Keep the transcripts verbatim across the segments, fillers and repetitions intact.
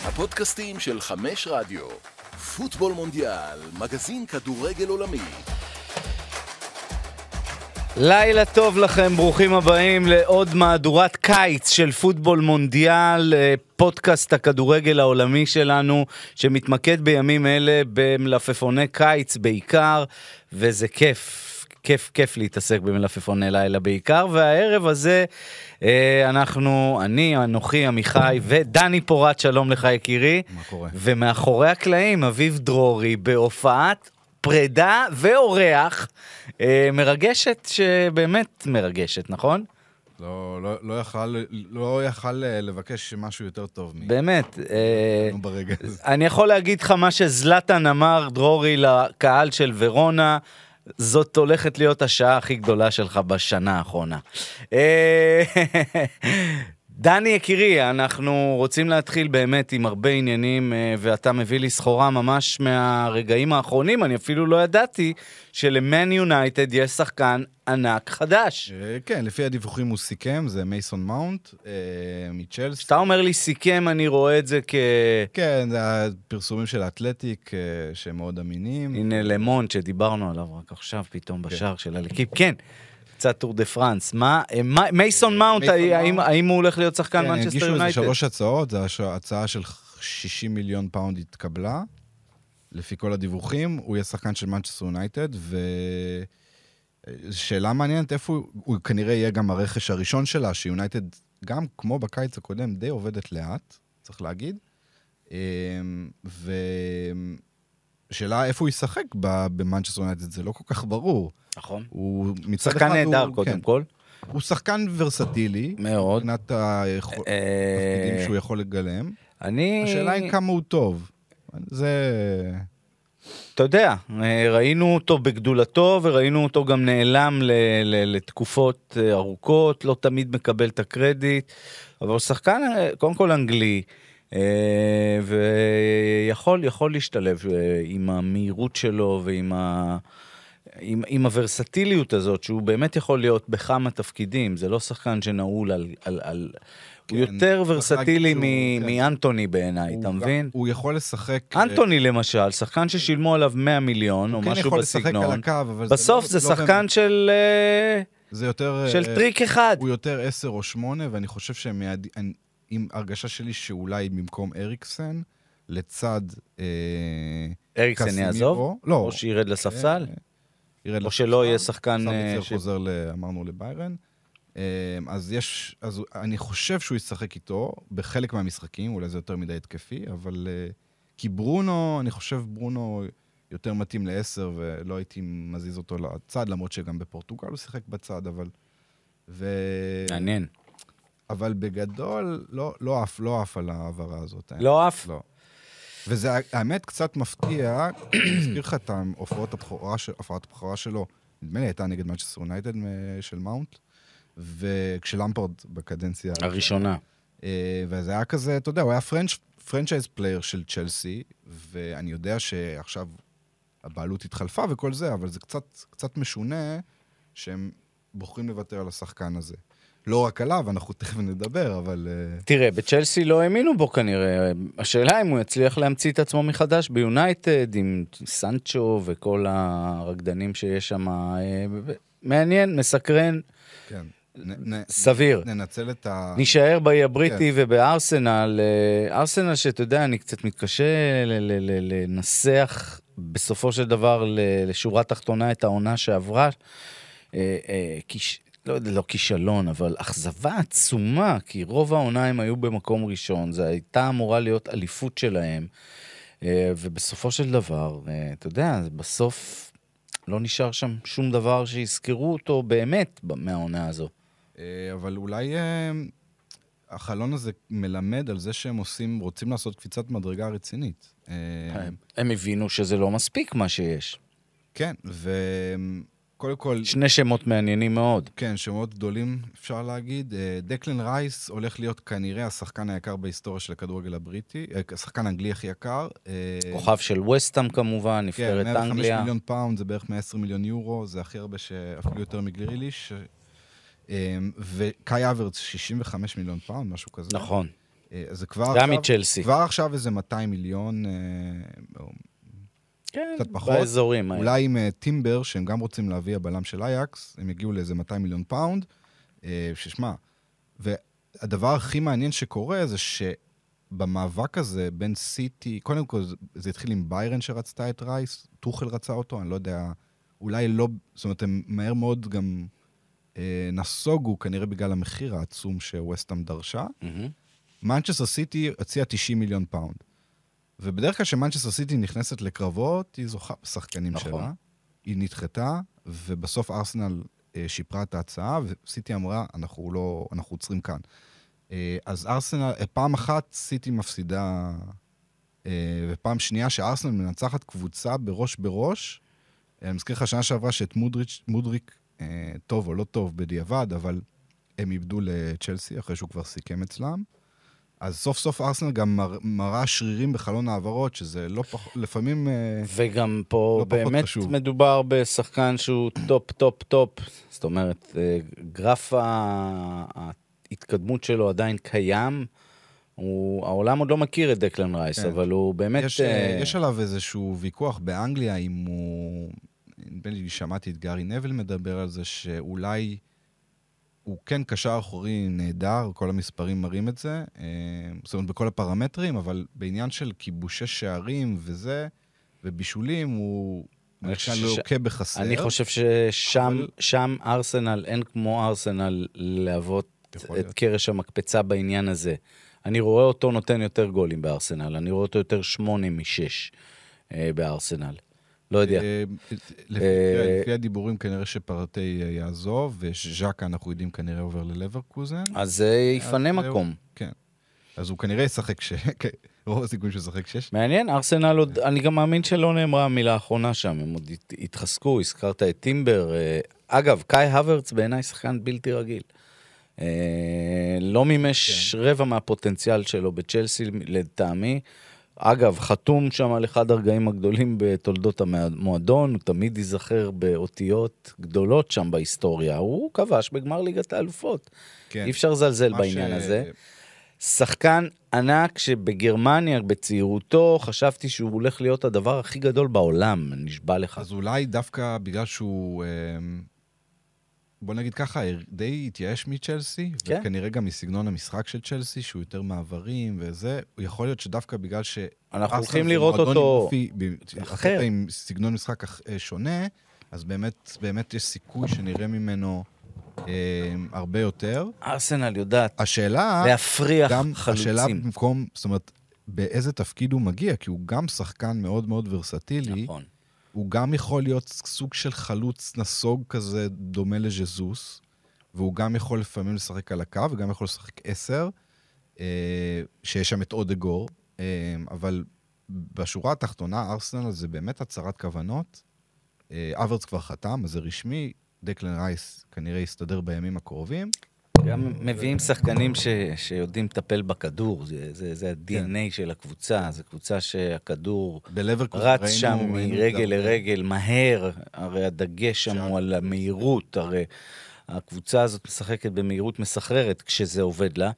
הפודקאסטים של חמש רדיו, פוטבול מונדיאל, מגזין כדורגל עולמי. לילה טוב לכם, ברוכים הבאים לעוד מהדורת קיץ של פוטבול מונדיאל, פודקאסט הכדורגל העולמי שלנו, שמתמקד בימים אלה במלפפוני קיץ בעיקר, וזה כיף. כיף, כיף להתעסק במלפפוני לילה בעיקר, והערב הזה אנחנו, אני, אנוכי, עמיחי ודני פורט, שלום לך יקירי. מה קורה? ומאחורי הקלעים, אביב דרורי, בהופעת פרידה ואורח, מרגשת שבאמת מרגשת, נכון? לא, לא, לא יכל, לא יכל לבקש משהו יותר טוב. באמת. ברגע הזה. אני יכול להגיד לך מה שזלטן אמר, דרורי, לקהל של ורונה, זאת הולכת להיות השעה הכי גדולה שלך בשנה האחרונה. דני יקירי, אנחנו רוצים להתחיל באמת עם הרבה עניינים, ואתה מביא לי סחורה ממש מהרגעים האחרונים, אני אפילו לא ידעתי שלמן יונייטד יש שחקן ענק חדש. כן, לפי הדיווחים הוא סיכם, זה מייסון מאונט מצ'לסי. כשאתה אומר לי סיכם, אני רואה את זה כ... כן, זה הפרסומים של האתלטיק שהם מאוד אמינים. הנה למונט שדיברנו עליו רק עכשיו, פתאום בשער של הלקיפ. כן. קצת טור דה פרנס. מה, מייסון מאונט, האם הוא הולך להיות שחקן מנצ'סטר יונייטד? הגישו שלוש הצעות, זו הצעה של שישים מיליון פאונד התקבלה, לפי כל הדיווחים, הוא יהיה שחקן של מנצ'סטר יונייטד, ושאלה מעניינת, איפה הוא כנראה יהיה גם הרכש הראשון שלה, שיונייטד, גם כמו בקיץ הקודם, די עובדת לאט, צריך להגיד, ושאלה איפה הוא ישחק במנצ'סטר יונייטד, זה לא כל כך ברור. נכון. הוא שחקן נהדר קודם כל. הוא שחקן ורסטילי. מאוד. מבחינת התפקידים שהוא יכול לגלם. אני... השאלה היא כמה הוא טוב. זה... אתה יודע, ראינו אותו בגדולתו, וראינו אותו גם נעלם לתקופות ארוכות, לא תמיד מקבל את הקרדיט, אבל הוא שחקן, קודם כל אנגלי, ויכול יכול להשתלב עם המהירות שלו ועם ה... עם, עם הוורסטיליות הזאת, שהוא באמת יכול להיות בכמה תפקידים, זה לא שחקן שנעול על... על, על כן, הוא יותר ורסטילי מ- כן. מאנטוני בעיניי, אתה מבין? הוא יכול לשחק... אנטוני למשל, שחקן ששילמו עליו מאה מיליון, או משהו בסגנון. הקו, אבל בסוף זה, זה לא, שחקן לא של... זה יותר... של טריק אחד. הוא יותר עשר או שמונה, ואני חושב שמעד... עם הרגשה שלי שאולי במקום אריקסן, לצד... אריקסן יעזוב? לא. או שירד לספסל? או שלא יהיה שחקן... סמי חוזר, אמרנו, לביירן. אז יש, אז אני חושב שהוא ישחק איתו בחלק מהמשחקים, אולי זה יותר מדי התקפי, אבל כי ברונו, אני חושב ברונו יותר מתאים לעשר, ולא הייתי מזיז אותו לצד, למרות שגם בפורטוגל הוא שיחק בצד, אבל... מעניין. אבל בגדול, לא, לא אף, לא אף על העברה הזאת. לא אף? לא. וזה, האמת, קצת מפתיע, אני אזכיר לך את ההופעות הבכורה שלו, נדמה לי הייתה נגד מנצ'סטר יונייטד של מאונט, וכשלמפרד בקדנציה הראשונה. וזה היה כזה, אתה יודע, הוא היה פרנצ'ייז פלייר של צ'לסי, ואני יודע שעכשיו הבעלות התחלפה וכל זה, אבל זה קצת, קצת משונה שהם בוחרים לוותר על השחקן הזה. לא רק עליו, אנחנו תכף נדבר, אבל... תראה, בצ'לסי לא האמינו בו כנראה. השאלה אם הוא יצליח להמציא את עצמו מחדש ביונייטד, עם סנצ'ו וכל הרקדנים שיש שם. מעניין, מסקרן, כן. סביר. ננצל את ה... נשאר באי הבריטי ובארסנל. ארסנל שאתה יודע, אני קצת מתקשה לנסח בסופו של דבר לשורה תחתונה את העונה שעברה. כי... לא יודע, לא כישלון, אבל אכזבה עצומה, כי רוב העונה הם היו במקום ראשון, זה הייתה אמורה להיות אליפות שלהם, ובסופו של דבר, אתה יודע, בסוף לא נשאר שם שום דבר שיזכרו אותו באמת מהעונה הזו. אבל אולי החלון הזה מלמד על זה שהם עושים, רוצים לעשות קפיצת מדרגה רצינית. הם הבינו שזה לא מספיק מה שיש. כן, ו... קודם כל... שני שמות מעניינים מאוד. כן, שמות גדולים, אפשר להגיד. דקלן רייס הולך להיות כנראה השחקן היקר בהיסטוריה של הכדורגל הבריטי, השחקן האנגלי הכי יקר. כוכב של ווסטהאם כמובן, נבחרת אנגליה. כן, מאה וחמש מיליון פאונד, זה בערך מאה ועשרים מיליון יורו, זה הכי הרבה שאפילו יותר מגליריליש. וקאי אברץ, שישים וחמישה מיליון פאונד, משהו כזה. נכון. אז כבר גם מצ'לסי. כבר עכשיו איזה מאתיים מיליון, כן, קצת פחות. באזורים. אולי עם טימבר, שהם גם רוצים להביא הבלם של אייקס, הם יגיעו לאיזה מאתיים מיליון פאונד, ששמע, והדבר הכי מעניין שקורה זה שבמאבק הזה בין סיטי, קודם כל זה התחיל עם ביירן שרצתה את רייס, טוחל רצה אותו, אני לא יודע, אולי לא, זאת אומרת, הם מהר מאוד גם אה, נסוגו, כנראה בגלל המחיר העצום שווסטהאם דרשה. מנצ'סטר סיטי הציעה תשעים מיליון פאונד. ובדרך כלל שמנצ'סטר סיטי נכנסת לקרבות, היא זוכה בשחקנים נכון. שלה, היא נדחתה, ובסוף ארסנל אה, שיפרה את ההצעה, וסיטי אמרה, אנחנו לא, אנחנו עוצרים כאן. אה, אז ארסנל, פעם אחת סיטי מפסידה, אה, ופעם שנייה שארסנל מנצחת קבוצה בראש בראש, אני מזכיר לך שנה שעברה שאת מודריק, מודריק אה, טוב או לא טוב בדיעבד, אבל הם איבדו לצ'לסי אחרי שהוא כבר סיכם אצלם. אז סוף סוף ארסנל גם מר, מראה שרירים בחלון העברות, שזה לא פחות, לפעמים וגם פה לא באמת חשוב. מדובר בשחקן שהוא טופ, טופ, טופ. זאת אומרת, גרף ההתקדמות שלו עדיין קיים. הוא, העולם עוד לא מכיר את דקלן רייס, כן. אבל הוא באמת... יש, uh... יש עליו איזשהו ויכוח באנגליה, אם הוא... בין לי שמעתי את גארי נבל מדבר על זה, שאולי... הוא כן קשר אחורי נהדר, כל המספרים מראים את זה, זאת אומרת בכל הפרמטרים, אבל בעניין של כיבושי שערים וזה, ובישולים, הוא למשל לוקה בחסר. אני חושב ששם אבל... שם ארסנל, אין כמו ארסנל להוות את קרש המקפצה בעניין הזה. אני רואה אותו נותן יותר גולים בארסנל, אני רואה אותו יותר שמונה משש בארסנל. לא יודע. לפי הדיבורים כנראה שפרטי יעזוב, וז'קה אנחנו יודעים כנראה עובר ללברקוזן. אז זה יפנה מקום. כן. אז הוא כנראה ישחק שש, רוב הסיכויים שישחק שש. מעניין, ארסנל עוד, אני גם מאמין שלא נאמרה המילה האחרונה שם, הם עוד התחזקו, הזכרת את טימבר. אגב, קאי הוורץ בעיניי שחקן בלתי רגיל. לא מימש רבע מהפוטנציאל שלו בצ'לסי, לטעמי. אגב, חתום שם על אחד הרגעים הגדולים בתולדות המועדון, הוא תמיד ייזכר באותיות גדולות שם בהיסטוריה, הוא כבש בגמר ליגת האלופות. כן. אי אפשר לזלזל בעניין ש... הזה. שחקן ענק שבגרמניה, בצעירותו, חשבתי שהוא הולך להיות הדבר הכי גדול בעולם, נשבע לך. אז אולי דווקא בגלל שהוא... בוא נגיד ככה, די התייאש מצ'לסי, כן? וכנראה גם מסגנון המשחק של צ'לסי, שהוא יותר מעברים וזה, הוא יכול להיות שדווקא בגלל ש... אנחנו הולכים לראות אותו אחר. עם סגנון משחק שונה, אז באמת, באמת יש סיכוי שנראה ממנו אה, הרבה יותר. ארסנל יודעת השאלה, להפריח גם חלוצים. השאלה במקום, זאת אומרת, באיזה תפקיד הוא מגיע, כי הוא גם שחקן מאוד מאוד ורסטילי, נכון. הוא גם יכול להיות סוג של חלוץ נסוג כזה דומה לז'זוס, והוא גם יכול לפעמים לשחק על הקו, וגם יכול לשחק עשר, שיש שם את אודגור, אבל בשורה התחתונה, ארסנל זה באמת הצהרת כוונות, אברץ כבר חתם, אז זה רשמי, דקלן רייס כנראה יסתדר בימים הקרובים. גם מביאים שחקנים ש, שיודעים לטפל בכדור, זה, זה, זה ה-די אן איי של הקבוצה, זו קבוצה שהכדור רץ שם מרגל לרגל, מהר, הרי הדגש שם הוא על המהירות, הרי הקבוצה הזאת משחקת במהירות מסחררת כשזה עובד לה,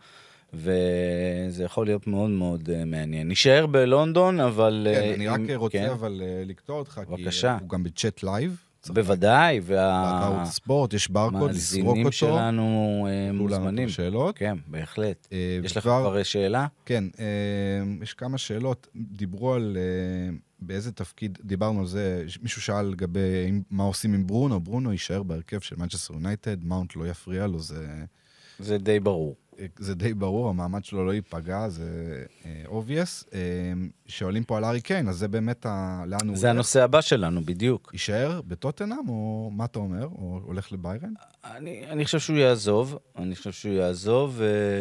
וזה יכול להיות מאוד מאוד מעניין. נשאר בלונדון, אבל... כן, אני רק רוצה אבל לקטוע אותך, כי הוא גם בצ'אט לייב, בוודאי, בערוץ ספורט, יש ברקוד, לסרוק אותו. המאזינים שלנו מוזמנים. שאלות. כן, בהחלט. יש לך כבר שאלה? כן, יש כמה שאלות. דיברו על באיזה תפקיד, דיברנו על זה, מישהו שאל לגבי מה עושים עם ברונו, ברונו יישאר בהרכב של מנצ'סטר יונייטד, מאונט לא יפריע לו, זה... זה די ברור. זה די ברור, המעמד שלו לא ייפגע, זה obvious. שואלים פה על הארי קיין, אז זה באמת ה... לאן הוא... זה הנושא הבא שלנו, בדיוק. יישאר בטוטנהאם, או מה אתה אומר? או הולך לביירן? אני, אני חושב שהוא יעזוב, אני חושב שהוא יעזוב,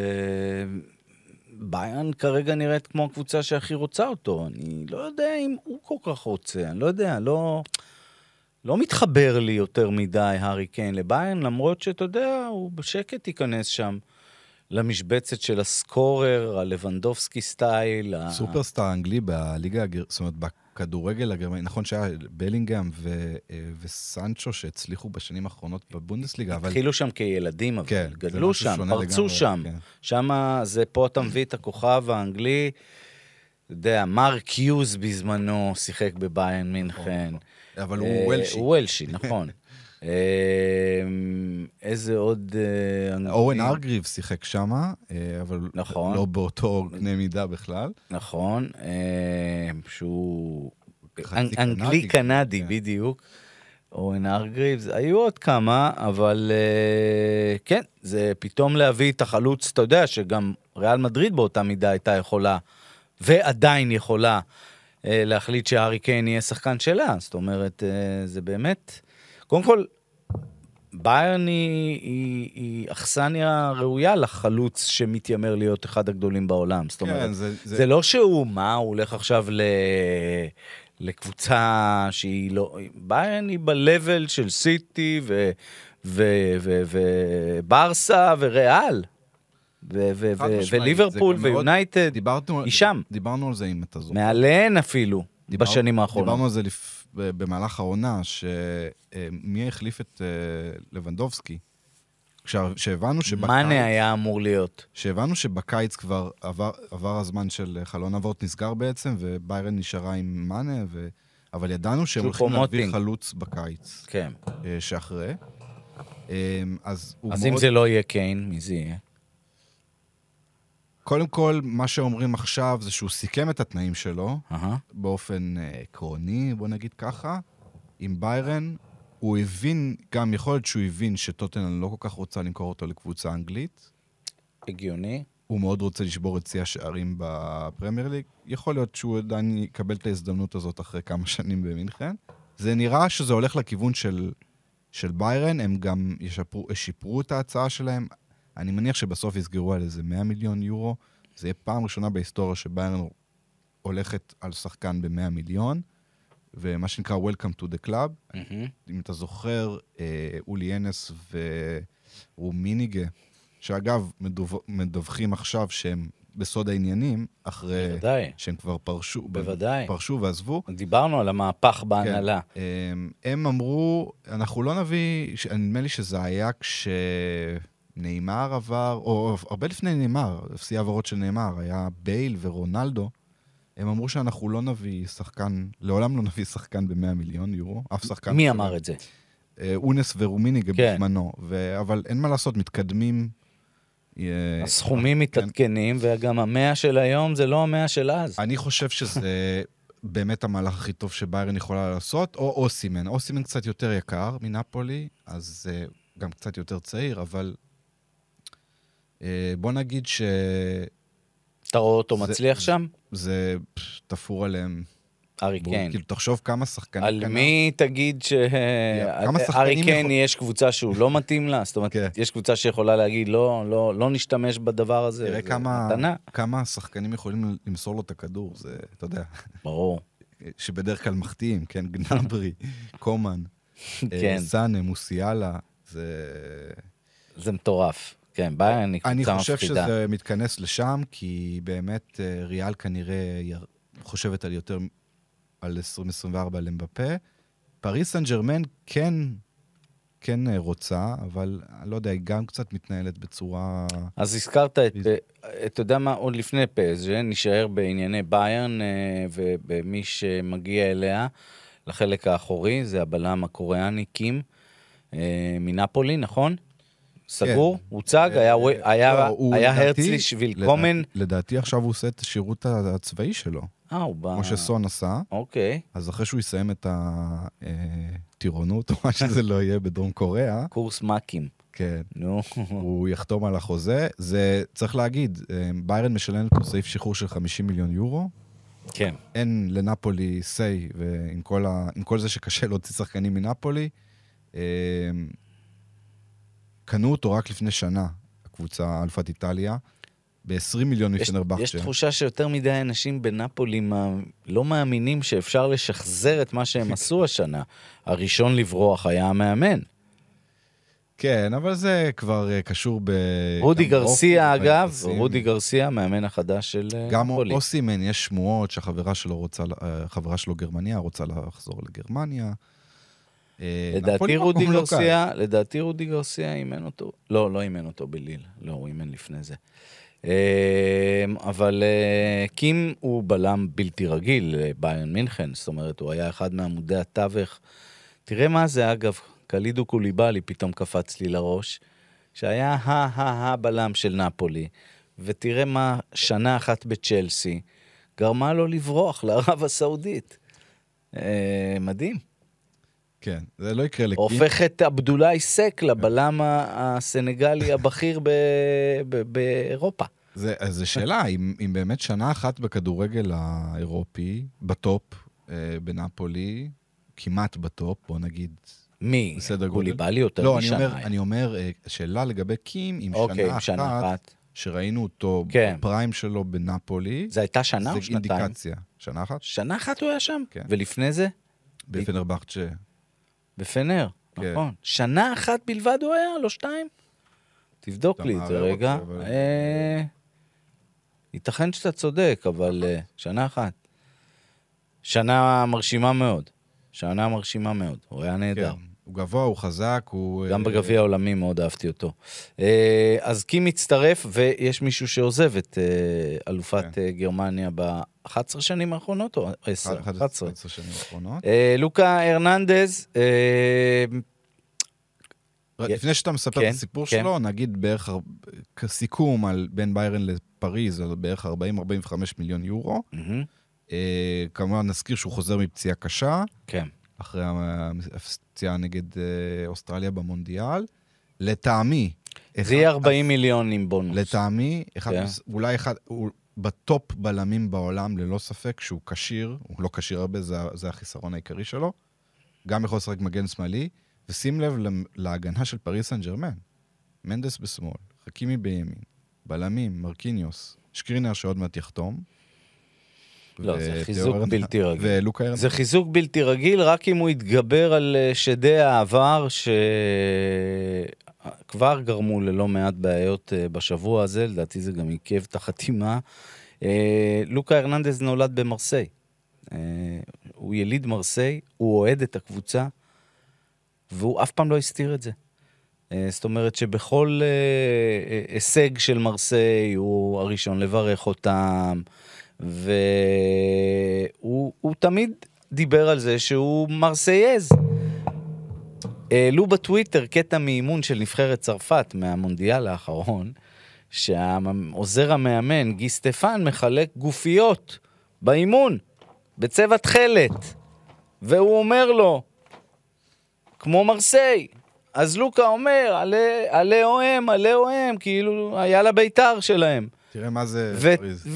וביירן כרגע נראית כמו הקבוצה שהכי רוצה אותו. אני לא יודע אם הוא כל כך רוצה, אני לא יודע, לא... לא מתחבר לי יותר מדי הארי קיין לביירן, למרות שאתה יודע, הוא בשקט ייכנס שם למשבצת של הסקורר, הלבנדובסקי סטייל. סופרסטאר אנגלי בליגה, זאת אומרת, בכדורגל הגרמני, נכון שהיה בלינגהם ו- וסנצ'ו שהצליחו בשנים האחרונות בבונדסליגה, אבל... התחילו שם כילדים, אבל כן, גדלו שם, פרצו לגמרי, שם. כן. שם זה פה אתה מביא את הכוכב האנגלי, אתה יודע, מרק יוז בזמנו שיחק בביירן מינכן. אבל הוא וולשי. הוא וולשי, נכון. איזה עוד... אורן ארגריב שיחק שם, אבל לא באותו קנה מידה בכלל. נכון, שהוא אנגלי קנדי, בדיוק. אורן ארגריב, היו עוד כמה, אבל כן, זה פתאום להביא את החלוץ, אתה יודע שגם ריאל מדריד באותה מידה הייתה יכולה, ועדיין יכולה, להחליט שהארי קיין יהיה שחקן שלה. זאת אומרת, זה באמת... קודם כל, ביירן היא, היא, היא אכסניה ראויה לחלוץ שמתיימר להיות אחד הגדולים בעולם. זאת אומרת, כן, זה, זה... זה לא שהוא, מה, הוא הולך עכשיו ל... לקבוצה שהיא לא... ביירן היא בלבל של סיטי ו... ו... ו... וברסה וריאל. ו- ו- ו- וליברפול ויונייטד, היא שם. דיברנו על זה אם אתה זוכר. מעליהן אפילו, דיבר, בשנים האחרונות. דיברנו על זה לפ... במהלך העונה, שמי החליף את לבנדובסקי? כשהבנו שבקיץ... מנה היה אמור להיות. שהבנו שבקיץ כבר עבר, עבר הזמן של חלון עברות נסגר בעצם, וביירן נשארה עם מנה, ו... אבל ידענו שהם הולכים להביא חלוץ בקיץ. כן. שאחרי. אז, אז אם מאוד... זה לא יהיה קיין, מי זה יהיה? קודם כל, מה שאומרים עכשיו זה שהוא סיכם את התנאים שלו, uh-huh. באופן עקרוני, uh, בוא נגיד ככה, עם ביירן, הוא הבין, גם יכול להיות שהוא הבין שטוטנהאם לא כל כך רוצה למכור אותו לקבוצה אנגלית. הגיוני. הוא מאוד רוצה לשבור את שיא השערים בפרמייר ליג. יכול להיות שהוא עדיין יקבל את ההזדמנות הזאת אחרי כמה שנים במינכן. זה נראה שזה הולך לכיוון של, של ביירן, הם גם ישפרו, ישפרו את ההצעה שלהם. אני מניח שבסוף יסגרו על איזה מאה מיליון יורו. זה יהיה פעם ראשונה בהיסטוריה שביירן הולכת על שחקן ב-מאה מיליון, ומה שנקרא Welcome to the Club. Mm-hmm. אם אתה זוכר, אה, אולי אנס ורומיניגה, שאגב מדוב... מדווחים עכשיו שהם בסוד העניינים, אחרי בוודאי. שהם כבר פרשו, בוודאי. פרשו ועזבו. דיברנו על המהפך בהנהלה. כן. הם, הם אמרו, אנחנו לא נביא, נדמה לי שזה היה כש... נאמר עבר, או הרבה לפני נאמר, אפסי העברות של נאמר, היה בייל ורונלדו, הם אמרו שאנחנו לא נביא שחקן, לעולם לא נביא שחקן ב-מאה מיליון יורו, אף שחקן... מי אמר את זה? אונס ורומיניגה כן. בזמנו, ו... אבל אין מה לעשות, מתקדמים... הסכומים מתעדכנים, כן. וגם המאה של היום זה לא המאה של אז. אני חושב שזה באמת המהלך הכי טוב שביירן יכולה לעשות, או אוסימן. אוסימן קצת יותר יקר מנפולי, אז גם קצת יותר צעיר, אבל... בוא נגיד ש... אתה רואה אותו מצליח שם? זה תפור עליהם. ארי קיין. כאילו, תחשוב כמה שחקנים... על מי תגיד שארי קיין יש קבוצה שהוא לא מתאים לה? זאת אומרת, יש קבוצה שיכולה להגיד, לא נשתמש בדבר הזה. תראה כמה שחקנים יכולים למסור לו את הכדור, זה, אתה יודע. ברור. שבדרך כלל מחטיאים, כן? גנברי, קומן, סאנה, מוסיאלה, זה... זה מטורף. כן, ביירן היא קבוצה מפחידה. אני חושב שזה מתכנס לשם, כי באמת ריאל כנראה חושבת על יותר, על עשרים עשרים וארבע למבפה. פריס סן ז'רמן כן, כן רוצה, אבל אני לא יודע, היא גם קצת מתנהלת בצורה... אז הזכרת את, אתה יודע מה, עוד לפני פז, נשאר בענייני ביירן, ובמי שמגיע אליה, לחלק האחורי, זה הבלם הקוריאני קים, מנפולי, נכון? סגור, הוצג, היה הרצלי וילקומן. לדעתי עכשיו הוא עושה את השירות הצבאי שלו. אה, הוא בא... כמו שסון עשה. אוקיי. אז אחרי שהוא יסיים את הטירונות, או מה שזה לא יהיה בדרום קוריאה. קורס מקים. כן. נו. הוא יחתום על החוזה. זה, צריך להגיד, ביירן משלם פה סעיף שחרור של חמישים מיליון יורו. כן. אין לנפולי סי, ועם כל זה שקשה להוציא שחקנים מנפולי, קנו אותו רק לפני שנה, הקבוצה אלפת איטליה, ב-עשרים מיליון מפנרבכצ'ה. יש תחושה שיותר מדי אנשים בנפולי לא מאמינים שאפשר לשחזר את מה שהם עשו השנה. הראשון לברוח היה המאמן. כן, אבל זה כבר קשור ב... רודי גרסיה, אגב, רודי גרסיה, מאמן החדש של גם נפולי. אוסימן, יש שמועות שהחברה שלו רוצה, החברה שלו גרמניה, רוצה לחזור לגרמניה. לדעתי רודי גרסיה, לדעתי רודי גרסיה אימן אותו, לא, לא אימן אותו בליל, לא, הוא אימן לפני זה. אבל קים הוא בלם בלתי רגיל, ביירן מינכן, זאת אומרת, הוא היה אחד מעמודי התווך. תראה מה זה, אגב, קלידו קוליבאלי פתאום קפץ לי לראש, שהיה הבלם של נפולי, ותראה מה שנה אחת בצ'לסי, גרמה לו לברוח לערב הסעודית. מדהים. כן, זה לא יקרה לקים. הופך את עבדולאי סק לבלם הסנגלי הבכיר באירופה. אז זו שאלה, אם באמת שנה אחת בכדורגל האירופי, בטופ, בנפולי, כמעט בטופ, בוא נגיד... מי? קוליבאלי יותר משנה. לא, אני אומר, שאלה לגבי קים, אם שנה אחת, שראינו אותו בפריים שלו בנפולי, זה הייתה שנה או שנתיים? זה אינדיקציה. שנה אחת? שנה אחת הוא היה שם? ולפני זה? בפנרבחצ'ה. בפנר, נכון. שנה אחת בלבד הוא היה, לא שתיים? תבדוק לי את זה רגע. ייתכן שאתה צודק, אבל שנה אחת. שנה מרשימה מאוד. שנה מרשימה מאוד. הוא היה נהדר. הוא גבוה, הוא חזק, הוא... גם בגביע העולמי מאוד אהבתי אותו. אז קים מצטרף, ויש מישהו שעוזב את אלופת גרמניה ב-אחת עשרה שנים האחרונות, או עשר? אחת עשרה שנים האחרונות. לוקה הרננדז... לפני שאתה מספר את הסיפור שלו, נגיד בערך כסיכום על בין ביירן לפריז, בערך ארבעים עד ארבעים וחמישה מיליון יורו. כמובן נזכיר שהוא חוזר מפציעה קשה. כן. אחרי הפציעה נגד אוסטרליה במונדיאל. לטעמי... זה יהיה ארבעים מיליון עם בונוס. לטעמי, אולי אחד, בטופ בלמים בעולם, ללא ספק, שהוא קשיר, הוא לא קשיר הרבה, זה החיסרון העיקרי שלו. גם יכול לשחק מגן שמאלי, ושים לב להגנה של פריס סן ז'רמן. מנדס בשמאל, חכימי בימין, בלמים, מרקיניוס, שקרינר שעוד מעט יחתום. לא, זה חיזוק בלתי רגיל. זה חיזוק בלתי רגיל, רק אם הוא יתגבר על שדי העבר, שכבר גרמו ללא מעט בעיות בשבוע הזה, לדעתי זה גם עיכב את החתימה. לוקה הרננדז נולד במרסיי. הוא יליד מרסיי, הוא אוהד את הקבוצה, והוא אף פעם לא הסתיר את זה. זאת אומרת שבכל הישג של מרסיי, הוא הראשון לברך אותם, והוא תמיד דיבר על זה שהוא מרסייז. העלו בטוויטר קטע מאימון של נבחרת צרפת מהמונדיאל האחרון, שהעוזר המאמן גי סטפן מחלק גופיות באימון, בצבע תכלת, והוא אומר לו, כמו מרסיי, אז לוקה אומר, עלה אוהם, עלה אוהם, כאילו היה לביתר שלהם. תראה מה זה פריז.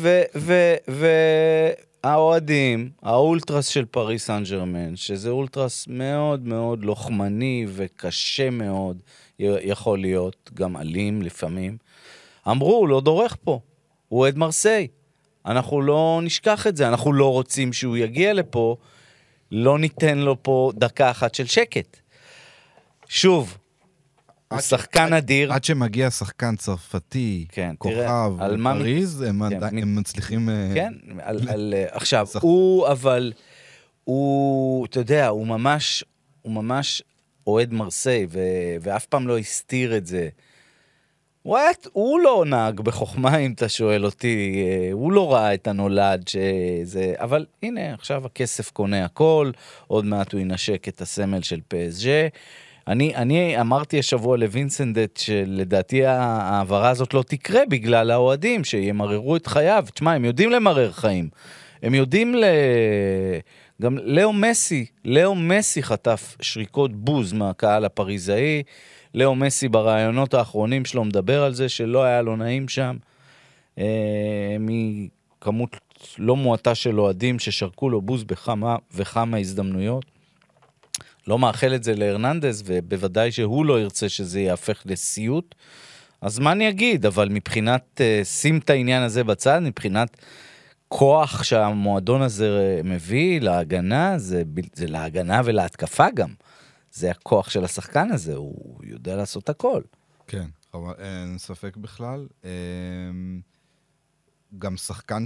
והאוהדים, האולטרס של פריס סן ז'רמן, שזה אולטרס מאוד מאוד לוחמני וקשה מאוד, יכול להיות, גם אלים לפעמים, אמרו, הוא לא דורך פה, הוא אוהד מרסיי. אנחנו לא נשכח את זה, אנחנו לא רוצים שהוא יגיע לפה, לא ניתן לו פה דקה אחת של שקט. שוב, הוא שחקן אדיר. עד שמגיע שחקן צרפתי, כוכב, פריז, הם מצליחים... כן, עכשיו, הוא אבל, הוא, אתה יודע, הוא ממש, הוא ממש אוהד מרסיי, ואף פעם לא הסתיר את זה. הוא לא נהג בחוכמה, אם אתה שואל אותי, הוא לא ראה את הנולד שזה, אבל הנה, עכשיו הכסף קונה הכל, עוד מעט הוא ינשק את הסמל של פי אס ג'י, אני, אני אמרתי השבוע לווינסנדט שלדעתי העברה הזאת לא תקרה בגלל האוהדים שימררו את חייו. תשמע, הם יודעים למרר חיים. הם יודעים ל... גם לאו מסי, לאו מסי חטף שריקות בוז מהקהל הפריזאי. לאו מסי ברעיונות האחרונים שלו מדבר על זה שלא היה לו נעים שם. אה, מכמות לא מועטה של אוהדים ששרקו לו בוז בכמה וכמה הזדמנויות. לא מאחל את זה להרננדז, ובוודאי שהוא לא ירצה שזה יהפך לסיוט. אז מה אני אגיד? אבל מבחינת, שים את העניין הזה בצד, מבחינת כוח שהמועדון הזה מביא להגנה, זה, זה להגנה ולהתקפה גם. זה הכוח של השחקן הזה, הוא יודע לעשות הכל. כן, אבל אין ספק בכלל. גם שחקן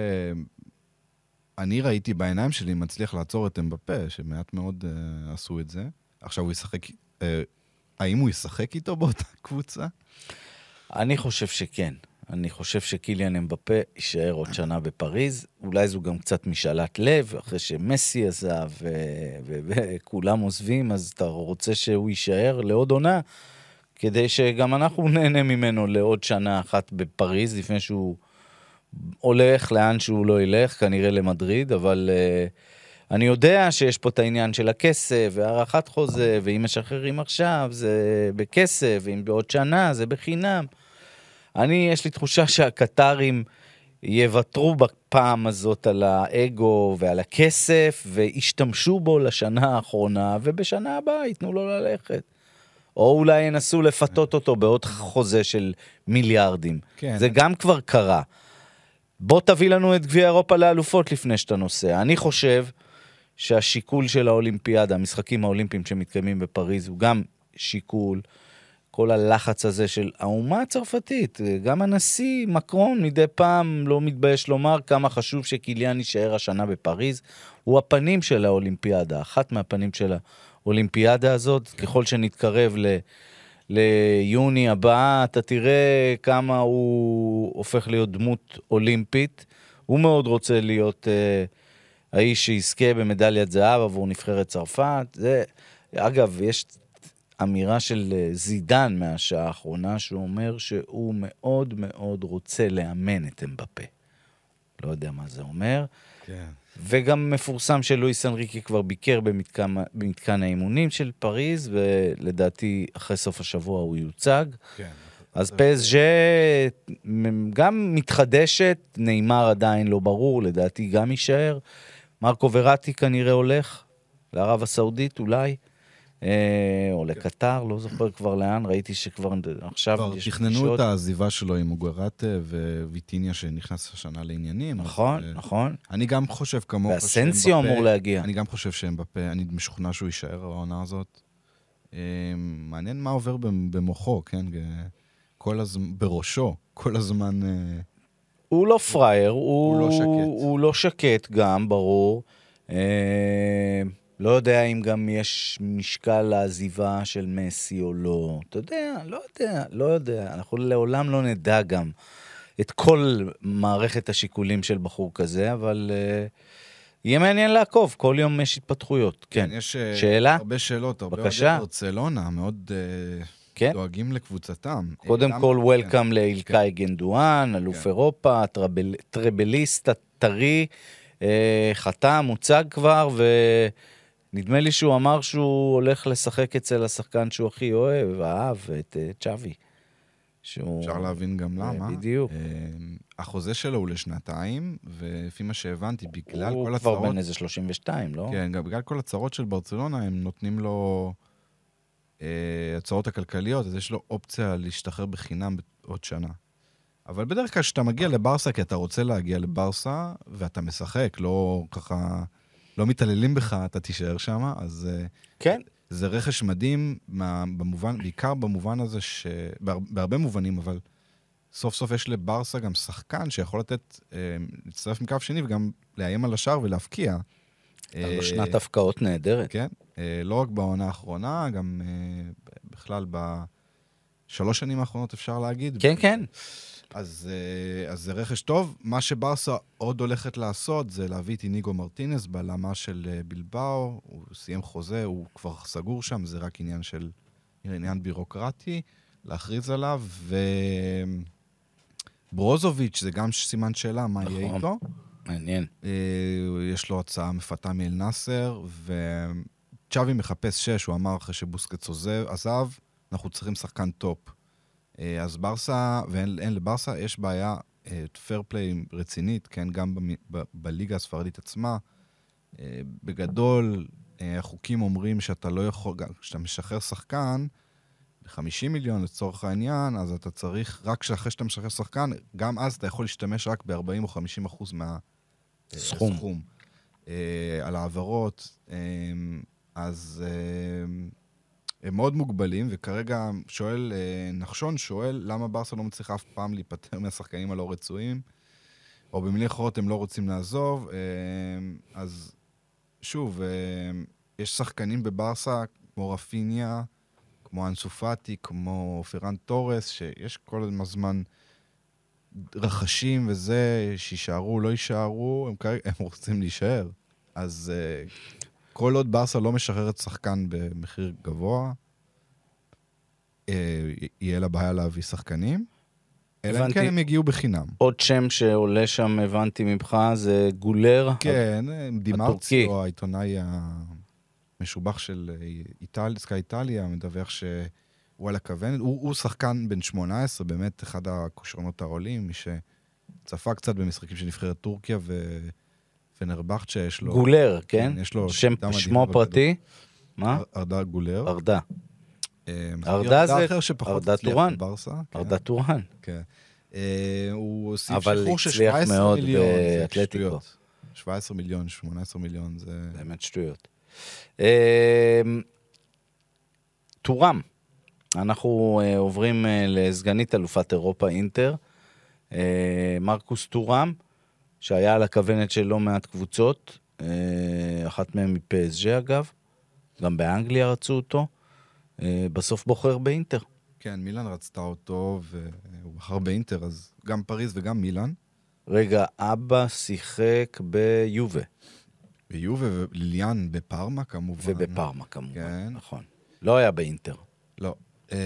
שאני ראיתי בעיניים שלי מצליח לעצור את אמבפה, שמעט מאוד uh, עשו את זה. עכשיו הוא ישחק, uh, האם הוא ישחק איתו באותה קבוצה? אני חושב שכן. אני חושב שקיליאן אמבפה יישאר עוד שנה בפריז. אולי זו גם קצת משאלת לב, אחרי שמסי עזב וכולם עוזבים, אז אתה רוצה שהוא יישאר לעוד עונה, כדי שגם אנחנו נהנה ממנו לעוד שנה אחת בפריז, לפני שהוא הולך לאן שהוא לא ילך, כנראה למדריד, אבל uh, אני יודע שיש פה את העניין של הכסף, והערכת חוזה, ואם משחררים עכשיו זה בכסף, ואם בעוד שנה זה בחינם. אני, יש לי תחושה שהקטרים יוותרו בפעם הזאת על האגו ועל הכסף, וישתמשו בו לשנה האחרונה, ובשנה הבאה ייתנו לו ללכת. או אולי ינסו לפתות אותו בעוד חוזה של מיליארדים. כן. זה גם כבר קרה. בוא תביא לנו את גביע אירופה לאלופות לפני שאתה נוסע. אני חושב שהשיקול של האולימפיאדה, המשחקים האולימפיים שמתקיימים בפריז, הוא גם שיקול, כל הלחץ הזה של האומה הצרפתית, גם הנשיא מקרון מדי פעם לא מתבייש לומר כמה חשוב שקיליאן יישאר השנה בפריז, הוא הפנים של האולימפיאדה, אחת מהפנים של האולימפיאדה הזאת, ככל שנתקרב ל... ליוני הבאה, אתה תראה כמה הוא הופך להיות דמות אולימפית, הוא מאוד רוצה להיות אה, האיש שיזכה במדליית זהב עבור נבחרת צרפת, זה, אגב, יש אמירה של זידן מהשעה האחרונה, שהוא אומר שהוא מאוד מאוד רוצה לאמן את אמבפה. לא יודע מה זה אומר. כן. וגם מפורסם שלואיס אנריקי כבר ביקר במתקן, במתקן האימונים של פריז, ולדעתי אחרי סוף השבוע הוא יוצג. כן. אז פסג' גם מתחדשת, ניימר עדיין לא ברור, לדעתי גם יישאר. מרקו וראטי כנראה הולך, לערב הסעודית אולי, או לקטר, לא זוכר כבר לאן, ראיתי שכבר עכשיו... כבר תכננו את העזיבה שלו עם מוגרטה וויטיניה שנכנס השנה לעניינים. נכון, נכון. אני גם חושב כמוך... והסנסיו אמור להגיע. אני גם חושב שהם בפה, אני משוכנע שהוא יישאר העונה הזאת. מעניין מה עובר במוחו, כן? כל הזמן, בראשו, כל הזמן... הוא לא פרייר, הוא לא שקט גם, ברור. לא יודע אם גם יש משקל לעזיבה של מסי או לא. אתה יודע, לא יודע, לא יודע. אנחנו לעולם לא נדע גם את כל מערכת השיקולים של בחור כזה, אבל uh, יהיה מעניין לעקוב. כל יום יש התפתחויות. כן, כן. יש שאלה? הרבה שאלות, הרבה הרבה ברצלונה, מאוד uh, כן? דואגים לקבוצתם. קודם כל, וולקאם לאילקאי גנדואן, אלוף אירופה, טרבל, טרבליסט, טרי, uh, חתם, מוצג כבר, ו... נדמה לי שהוא אמר שהוא הולך לשחק אצל השחקן שהוא הכי אוהב, אהב, את צ'אבי. אפשר להבין גם למה. בדיוק. החוזה שלו הוא לשנתיים, ולפי מה שהבנתי, בגלל כל הצרות... הוא כבר בין איזה שלושים ושתיים, לא? כן, גם בגלל כל הצרות של ברצלונה, הם נותנים לו הצרות הכלכליות, אז יש לו אופציה להשתחרר בחינם עוד שנה. אבל בדרך כלל שאתה מגיע לברסה, כי אתה רוצה להגיע לברסה, ואתה משחק, לא ככה... לא מתעללים בך, אתה תישאר שם, אז כן. זה רכש מדהים, במובן, בעיקר במובן הזה, בהרבה מובנים, אבל סוף סוף יש לברסה גם שחקן שיכול לתת, להצטרף מקו שני וגם לאיים על השאר ולהפקיע. שנת הפקעות נהדרת. כן, לא רק בעונה האחרונה, גם בכלל בשלוש שנים האחרונות אפשר להגיד. כן, כן. אז, אז זה רכש טוב. מה שברסה עוד הולכת לעשות זה להביא את איניגו מרטינס בלמה של בלבאו, הוא סיים חוזה, הוא כבר סגור שם, זה רק עניין של עניין בירוקרטי, להכריז עליו, וברוזוביץ' זה גם סימן שאלה, מה נכון. יהיה איתו? מעניין. יש לו הצעה מפתה מאל נאסר, וצ'אבי מחפש שש, הוא אמר אחרי שבוסקץ עזב, אנחנו צריכים שחקן טופ. אז ברסה, ואין לברסה, יש בעיה, פייר פליי רצינית, כן, גם ב- ב- בליגה הספרדית עצמה. בגדול, החוקים אומרים שאתה לא יכול, כשאתה משחרר שחקן, ב-חמישים מיליון לצורך העניין, אז אתה צריך, רק שאחרי שאתה משחרר שחקן, גם אז אתה יכול להשתמש רק ב-ארבעים או חמישים אחוז מהסכום. סכום. על העברות. אז הם מאוד מוגבלים, וכרגע שואל, נחשון שואל, למה ברסה לא מצליחה אף פעם להיפטר מהשחקנים הלא רצויים, או במילים אחרות הם לא רוצים לעזוב, אז שוב, יש שחקנים בברסה, כמו רפיניה, כמו אנסו פאטי, כמו פירן טורס, שיש כל הזמן רחשים וזה, שישארו, לא יישארו, הם, כרגע, הם רוצים להישאר. אז כל עוד ברסה לא משחררת שחקן במחיר גבוה, יהיה לה בעיה להביא שחקנים, אלא אם כן הם יגיעו בחינם. עוד שם שעולה שם, הבנתי ממך, זה גולר. כן, דימרציו, העיתונאי המשובח של איטל, סקאי איטליה, מדווח שהוא על הכוונת. הוא, הוא שחקן בן שמונה עשרה, באמת אחד הכושרונות העולים, מי שצפה קצת במשחקים של נבחרת טורקיה ו... ונרבחת שיש לו... גולר, כן? יש לו... שם שמו פרטי? מה? ארדה גולר. ארדה. ארדה זה... ארדה טורן. ארדה טורן. כן. הוא הוסיף שחרור של שבע עשרה מיליון. באתלטיקו. שבע עשרה מיליון, שמונה עשרה מיליון, זה... באמת שטויות. טורם. אנחנו עוברים לסגנית אלופת אירופה אינטר. מרקוס טורם. שהיה על הכוונת של לא מעט קבוצות, אחת מהן מפי אס ג'י אגב, גם באנגליה רצו אותו, בסוף בוחר באינטר. כן, מילאן רצתה אותו, והוא בחר באינטר, אז גם פריז וגם מילאן. רגע, אבא שיחק ביובה. ביובה וליליאן בפארמה כמובן. ובפארמה כמובן, כן. נכון. לא היה באינטר. לא.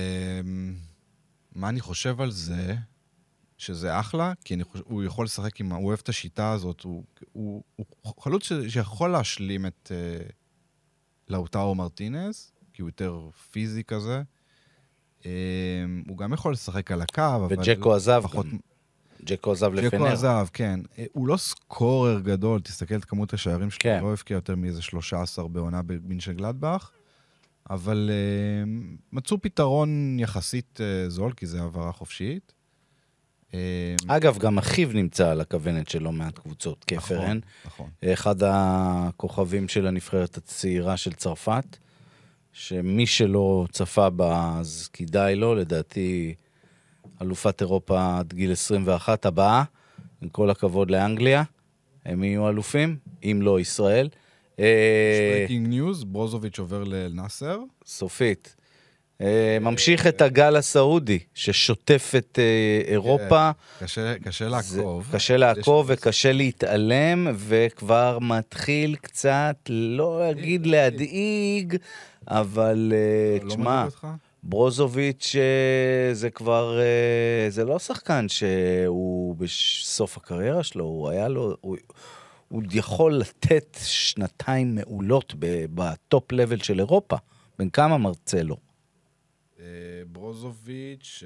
מה אני חושב על זה? שזה אחלה, כי אני חושב, הוא יכול לשחק עם, הוא אוהב את השיטה הזאת, הוא, הוא, הוא חלוץ ש, שיכול להשלים את uh, לאוטארו מרטינס, כי הוא יותר פיזי כזה. Um, הוא גם יכול לשחק על הקו, אבל... וג'קו עזב פחות... גם. ג'קו עזב לפנר. ג'קו עזב, כן. הוא לא סקורר גדול, תסתכל את כמות השערים שלו, כן. לא הבקיע יותר מאיזה שלושה עשר בעונה במינשן גלדבך, אבל uh, מצאו פתרון יחסית uh, זול, כי זה העברה חופשית. אגב, גם אחיו נמצא על הכוונת שלו מעט קבוצות, כפרן. נכון. אחד הכוכבים של הנבחרת הצעירה של צרפת, שמי שלא צפה בה, אז כדאי לו, לדעתי, אלופת אירופה עד גיל עשרים ואחת הבאה, עם כל הכבוד לאנגליה, הם יהיו אלופים, אם לא ישראל. שפרקינג ניוז, ברוזוביץ' עובר לנאסר. סופית. ממשיך את הגל הסעודי, ששוטף את אירופה. קשה לעקוב. קשה לעקוב וקשה להתעלם, וכבר מתחיל קצת, לא אגיד להדאיג, אבל תשמע, ברוזוביץ' זה כבר, זה לא שחקן שהוא בסוף הקריירה שלו, הוא היה לו, הוא יכול לתת שנתיים מעולות בטופ לבל של אירופה. בין כמה מרצה לו? ברוזוביץ'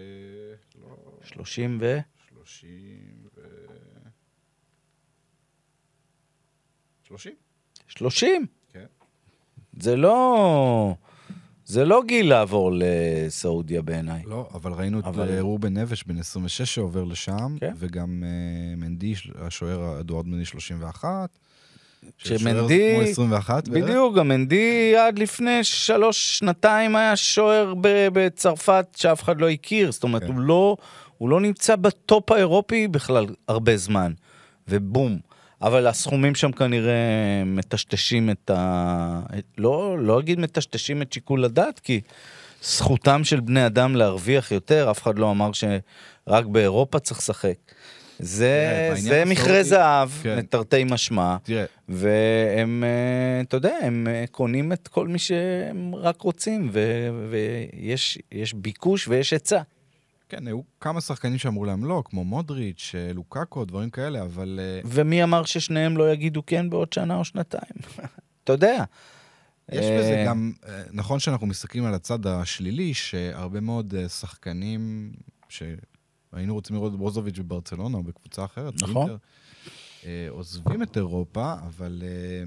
שלושים ו... שלושים ו... שלושים? שלושים? כן. זה לא... זה לא גיל לעבור לסעודיה בעיניי. לא, אבל ראינו אבל... את רובן נבש בן עשרים ושש שעובר לשם, כן? וגם uh, מנדי, השוער אדוארד מנדי שלושים ואחת, שמנדי, בדיוק, גם מנדי עד לפני שלוש שנתיים היה שוער בצרפת שאף אחד לא הכיר, זאת אומרת, הוא לא, הוא לא נמצא בטופ האירופי בכלל הרבה זמן, ובום. אבל הסכומים שם כנראה מטשטשים את ה... לא, לא אגיד מטשטשים את שיקול הדעת, כי זכותם של בני אדם להרוויח יותר, אף אחד לא אמר שרק באירופה צריך לשחק. זה, זה מכרה זהב, תרתי משמע, והם, אתה יודע, הם קונים את כל מי שהם רק רוצים, ויש יש ביקוש ויש היצע. כן, היו כמה שחקנים שאמרו להם לא, כמו מודריץ', לוקאקו, דברים כאלה, אבל... ומי אמר ששניהם לא יגידו כן בעוד שנה או שנתיים? אתה יודע. יש בזה גם, נכון שאנחנו מסתכלים על הצד השלילי, שהרבה מאוד שחקנים ש... היינו רוצים לראות את ברוזוביץ' בברצלונה או בקבוצה אחרת. נכון. עוזבים את אירופה, אבל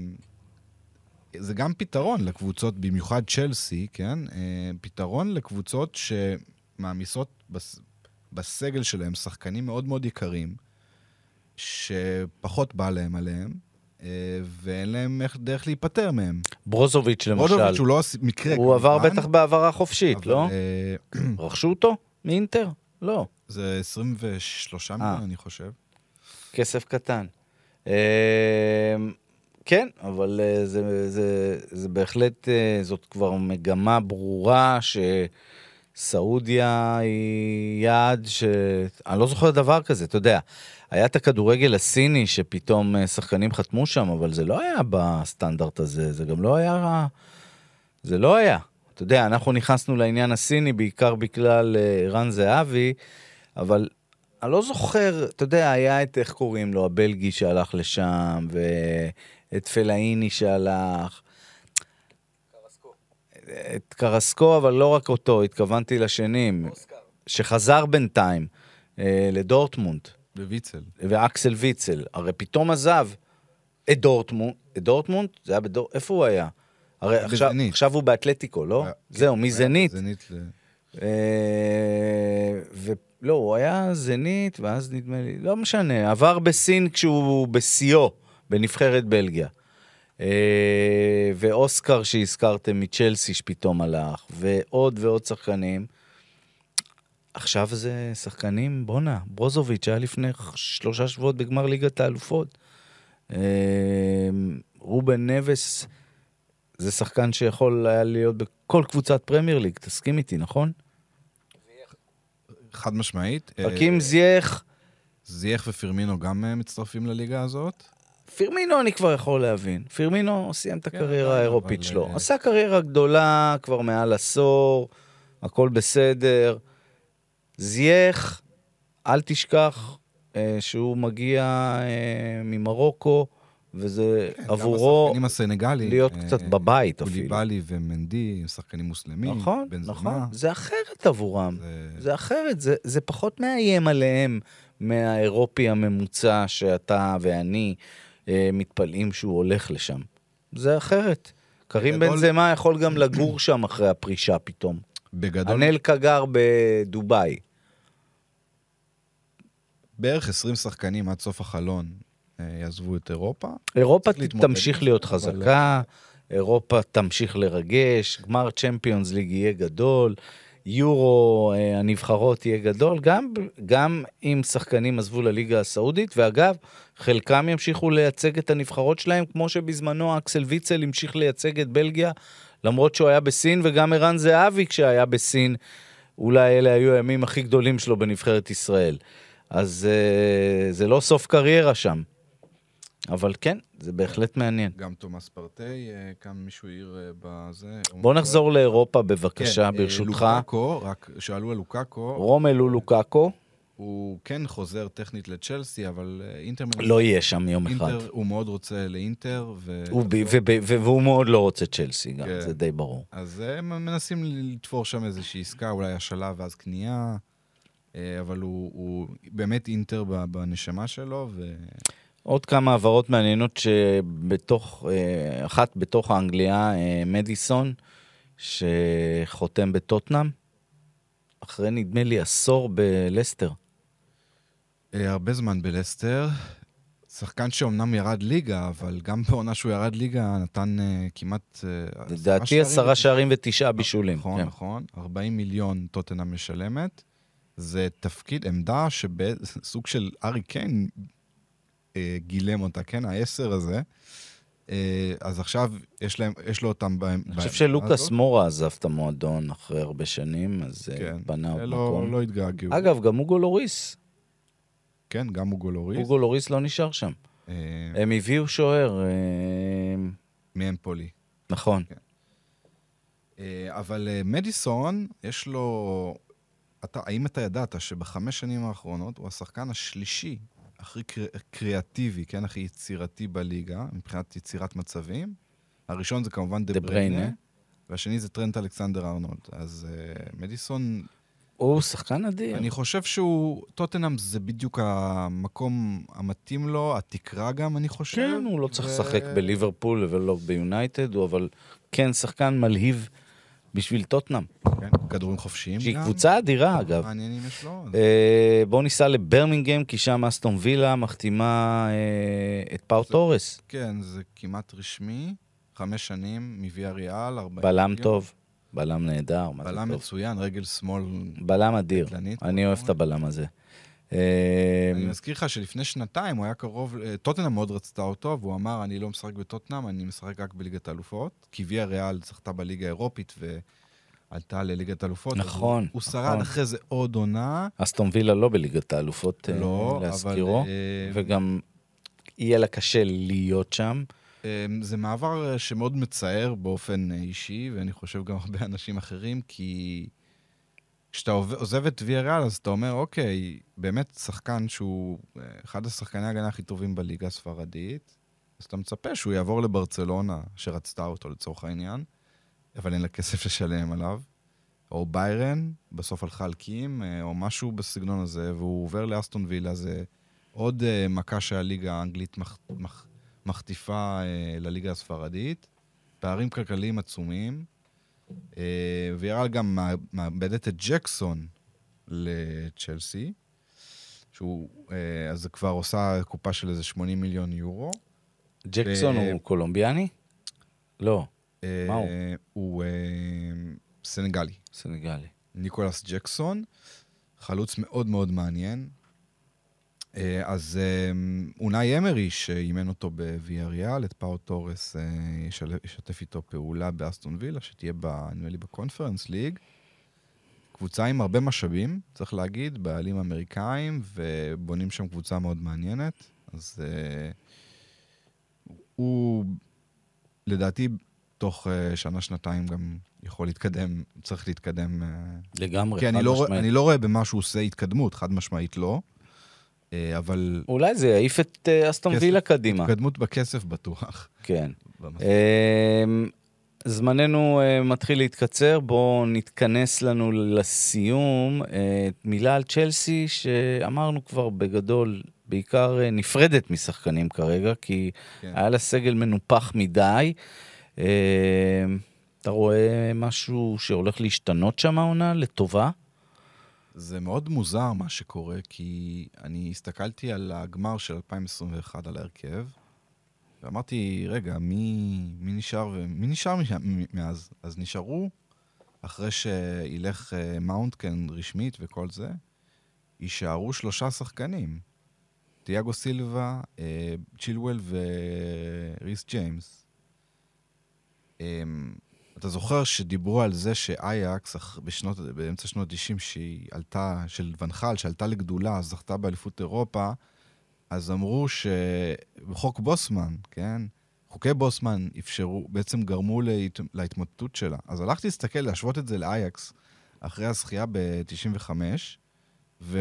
זה גם פתרון לקבוצות, במיוחד צ'לסי, כן? פתרון לקבוצות שמעמיסות בסגל שלהם שחקנים מאוד מאוד יקרים, שפחות בא להם עליהם, ואין להם דרך להיפטר מהם. ברוזוביץ' למשל. ברוזוביץ' הוא לא מקרה. הוא עבר בטח בעברה חופשית, לא? אה, רכשו אותו מאינטר? לא. זה עשרים ושלושה מיליון, אני חושב. כסף קטן. אה, כן, אבל אה, זה, זה, זה בהחלט, אה, זאת כבר מגמה ברורה שסעודיה היא יעד ש... אני לא זוכר דבר כזה, אתה יודע. היה את הכדורגל הסיני שפתאום אה, שחקנים חתמו שם, אבל זה לא היה בסטנדרט הזה, זה גם לא היה... זה לא היה. אתה יודע, אנחנו נכנסנו לעניין הסיני בעיקר בגלל אה, ערן זהבי, אבל אני לא זוכר, אתה יודע, היה את איך קוראים לו, הבלגי שהלך לשם, ואת פלאיני שהלך. קרסקו. את קרסקו, אבל לא רק אותו, התכוונתי לשנים. אוסקר. שחזר בינתיים אה, לדורטמונד. וויצל. ואקסל ויצל. הרי פתאום עזב את דורטמונד. את דורטמונד? זה היה בדור... איפה הוא היה? הרי עכשיו, עכשיו הוא באתלטיקו, לא? היה, זהו, כן, מזנית. זנית ל... אה, ו... לא, הוא היה זנית, ואז נדמה לי, לא משנה, עבר בסין כשהוא בסיו, בנבחרת בלגיה. ואוסקר שהזכרתם מצ'לסי שפתאום הלך, ועוד ועוד שחקנים. עכשיו זה שחקנים, בונה, ברוזוביץ' היה לפני שלושה שבועות בגמר ליגת האלופות. רובן נבס, זה שחקן שיכול היה להיות בכל קבוצת פרמייר ליג, תסכים איתי, נכון? חד משמעית. חכים זייח. זייח ופירמינו גם מצטרפים לליגה הזאת? פירמינו אני כבר יכול להבין. פירמינו סיים את הקריירה האירופית שלו. עשה קריירה גדולה, כבר מעל עשור, הכל בסדר. זייח, אל תשכח שהוא מגיע ממרוקו, וזה עבורו השחקנים הסנגלי, להיות קצת בבית אפילו. קוליבאלי ומנדי, שחקנים מוסלמים. נכון, נכון. זה אחרת עבורם. זה אחרת, זה פחות מאיים עליהם מהאירופי הממוצע שאתה ואני מתפלאים שהוא הולך לשם. זה אחרת. קרים בנזמה יכול גם לגור שם אחרי הפרישה פתאום. בגדול. אנלקה גר בדובאי. בערך עשרים שחקנים עד סוף החלון. יעזבו את אירופה. אירופה תמשיך להיות חזקה, אירופה תמשיך לרגש, גמר צ'מפיונס ליג יהיה גדול, יורו הנבחרות יהיה גדול, גם, גם אם שחקנים עזבו לליגה הסעודית, ואגב, חלקם ימשיכו לייצג את הנבחרות שלהם, כמו שבזמנו אקסל ויצל המשיך לייצג את בלגיה, למרות שהוא היה בסין, וגם ערן זהבי כשהיה בסין, אולי אלה היו הימים הכי גדולים שלו בנבחרת ישראל. אז זה לא סוף קריירה שם. אבל כן, זה בהחלט מעניין. גם תומאס פרטי, כאן מישהו עיר בזה. בוא נחזור לאירופה בבקשה, ברשותך. לוקאקו, רק שאלו על לוקאקו. רומלו לוקאקו. הוא כן חוזר טכנית לצ'לסי, אבל אינטר... לא יהיה שם יום אחד. הוא מאוד רוצה לאינטר. והוא מאוד לא רוצה צ'לסי גם, זה די ברור. אז הם מנסים לתפור שם איזושהי עסקה, אולי השלב ואז קנייה, אבל הוא באמת אינטר בנשמה שלו, ו... עוד כמה עברות מעניינות שבתוך, אחת בתוך האנגליה, מדיסון, שחותם בטוטנאם, אחרי נדמה לי עשור בלסטר. הרבה זמן בלסטר, שחקן שאומנם ירד ליגה, אבל גם בעונה שהוא ירד ליגה נתן כמעט... לדעתי עשרה שערים ותשעה בישולים. נכון, נכון, ארבעים מיליון טוטנאם משלמת, זה תפקיד, עמדה שבסוג של ארי קיין, גילם אותה, כן, העשר הזה. אז עכשיו יש להם, יש לו אותם בהם. אני חושב שלוקאס מורה עזב את המועדון אחרי הרבה שנים, אז בנה עוד מקום. לא התגעגעו. אגב, גם אוגו לוריס. כן, גם אוגו לוריס. אוגו לוריס לא נשאר שם. הם הביאו שוער. מאמפולי. נכון. אבל מדיסון, יש לו... האם אתה ידעת שבחמש שנים האחרונות הוא השחקן השלישי הכי קריאטיבי, כן, הכי יצירתי בליגה, מבחינת יצירת מצבים. הראשון זה כמובן דה בריינה, והשני זה טרנט אלכסנדר ארנולד. אז uh, מדיסון... הוא שחקן אדיר. אני חושב שהוא, טוטנהאם זה בדיוק המקום המתאים לו, התקרה גם, אני חושב. כן, הוא לא צריך לשחק ו... בליברפול ולא ביונייטד, אבל כן, שחקן מלהיב בשביל טוטנאם. כן, כדורים חופשיים. שהיא גם. קבוצה אדירה, אגב. מעניינים יש לו. אה, בואו ניסע לברמינגהם, כי שם אסטון וילה מחתימה אה, את פאו טורס. כן, זה כמעט רשמי. חמש שנים, מוויה ריאל, ארבעים. בלם טוב, בלם נהדר. מה זה בלם טוב? מצוין, רגל שמאל. בלם אדיר. קטלנית, אני אוהב נכון. את הבלם הזה. אה, אני מזכיר לך שלפני שנתיים הוא היה קרוב, טוטנהאם מאוד רצתה אותו, והוא אמר, אני לא משחק בטוטנהאם, אני משחק רק בליגת האלופות, כי ויה ריאל זכתה בליגה האירופית ועלתה לליגת האלופות. נכון, הוא, הוא נכון. שרד אחרי זה עוד עונה. אסטון וילה לא בליגת האלופות, לא, אה, להזכירו, אבל, אה, וגם יהיה לה קשה להיות שם. זה מעבר שמאוד מצער באופן אישי, ואני חושב גם הרבה אנשים אחרים, כי כשאתה עוזב את ויה ריאל, אז אתה אומר, אוקיי, באמת שחקן שהוא אחד השחקני ההגנה הכי טובים בליגה הספרדית, אז אתה מצפה שהוא יעבור לברצלונה, שרצתה אותו לצורך העניין, אבל אין לה כסף לשלם עליו, או ביירן, בסוף הלכה על קים, או משהו בסגנון הזה, והוא עובר לאסטון וילה, זה עוד מכה שהליגה האנגלית מח... מח... מחטיפה לליגה הספרדית, פערים כלכליים עצומים, וירל גם מאבדת את ג'קסון לצ'לסי, שהוא, אז זה כבר עושה קופה של איזה שמונים מיליון יורו. ג'קסון הוא קולומביאני? לא. מה הוא? הוא סנגלי. סנגלי. ניקולס ג'קסון, חלוץ מאוד מאוד מעניין. אז אונאי אמרי, שאימן אותו בוויה ריאל, את פאו טורס, ישתף איתו פעולה באסטון וילה, שתהיה נדמה לי בקונפרנס ליג. קבוצה עם הרבה משאבים, צריך להגיד, בעלים אמריקאים, ובונים שם קבוצה מאוד מעניינת. אז הוא, לדעתי, תוך שנה-שנתיים גם יכול להתקדם, צריך להתקדם. לגמרי, כי חד אני לא, משמעית. אני לא רואה במה שהוא עושה התקדמות, חד משמעית לא. אבל... אולי זה יעיף את אסטון וילה קדימה. התקדמות בכסף בטוח. כן. זמננו מתחיל להתקצר, בואו נתכנס לנו לסיום. מילה על צ'לסי, שאמרנו כבר בגדול, בעיקר נפרדת משחקנים כרגע, כי היה לה סגל מנופח מדי. אתה רואה משהו שהולך להשתנות שם העונה לטובה? זה מאוד מוזר מה שקורה, כי אני הסתכלתי על הגמר של אלפיים עשרים ואחת על ההרכב, ואמרתי, רגע, מי, מי נשאר, מי נשאר מאז? אז נשארו, אחרי שילך מאונטקן רשמית וכל זה, יישארו שלושה שחקנים. תיאגו סילבה, צ'ילואל וריס ג'יימס. אתה זוכר שדיברו על זה שאייקס, בשנות, באמצע שנות ה-תשעים, שהיא עלתה, של ונחל, שעלתה לגדולה, זכתה באליפות אירופה, אז אמרו שבחוק בוסמן, כן, חוקי בוסמן אפשרו, בעצם גרמו להת... להתמוטטות שלה. אז הלכתי להסתכל, להשוות את זה לאייקס, אחרי הזכייה ב-תשעים וחמש, ו...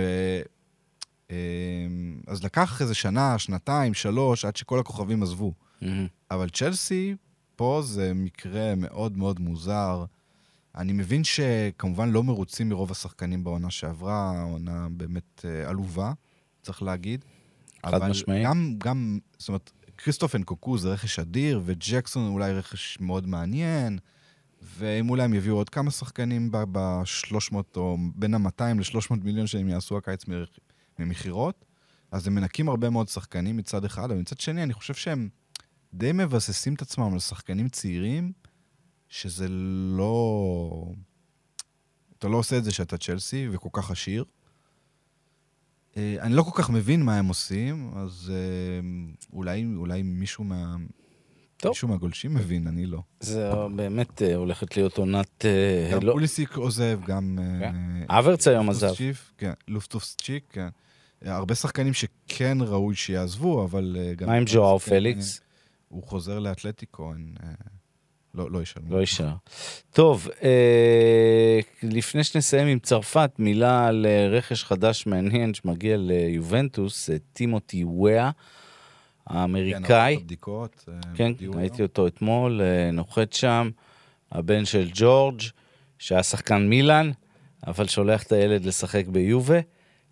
אז לקח איזה שנה, שנתיים, שלוש, עד שכל הכוכבים עזבו. Mm-hmm. אבל צ'לסי, פה זה מקרה מאוד מאוד מוזר. אני מבין שכמובן לא מרוצים מרוב השחקנים בעונה שעברה, העונה באמת עלובה, צריך להגיד. חד משמעית. גם, גם, זאת אומרת, כריסטוף אנקוקו זה רכש אדיר, וג'קסון אולי רכש מאוד מעניין, ואם אולי הם יביאו עוד כמה שחקנים ב-שלוש מאות, או בין ה-מאתיים ל-שלוש מאות מיליון שהם יעשו הקיץ ממחירות, אז הם מנקים הרבה מאוד שחקנים מצד אחד, אבל מצד שני אני חושב שהם די מבססים את עצמם על שחקנים צעירים, שזה לא... אתה לא עושה את זה שאתה צ'לסי וכל כך עשיר. אני לא כל כך מבין מה הם עושים, אז אולי, אולי מישהו מה... טוב. מישהו מהגולשים מבין, אני לא. זה באמת הולכת להיות עונת... גם לא... פוליסיק עוזב, גם... אברץ היום עזב. כן, לופטופסצ'יק, כן. הרבה שחקנים שכן ראוי שיעזבו, אבל... מה עם ג'ואר פליקס? הוא חוזר לאתלטיקו, אין... לא, לא יישאר. לא יישאר. טוב, אה, לפני שנסיים עם צרפת, מילה על רכש חדש מעניין שמגיע ליובנטוס, טימותי וואה, האמריקאי. כן, הבדיקות. כן, ראיתי אותו אתמול, נוחת שם, הבן של ג'ורג', שהיה שחקן מילאן, אבל שולח את הילד לשחק ביובה.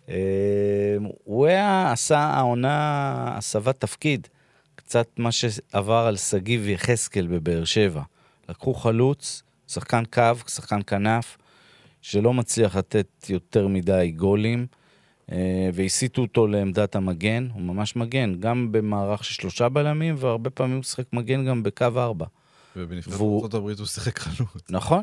וואה עשה העונה הסבת תפקיד, קצת מה שעבר על סגיב יחזקאל בבאר שבע. לקחו חלוץ, שחקן קו, שחקן כנף, שלא מצליח לתת יותר מדי גולים, והסיתו אותו לעמדת המגן, הוא ממש מגן, גם במערך של שלושה בלמים, והרבה פעמים הוא שחק מגן גם בקו ארבע. ובנפרד ארצות הברית הוא שיחק חלוץ. נכון.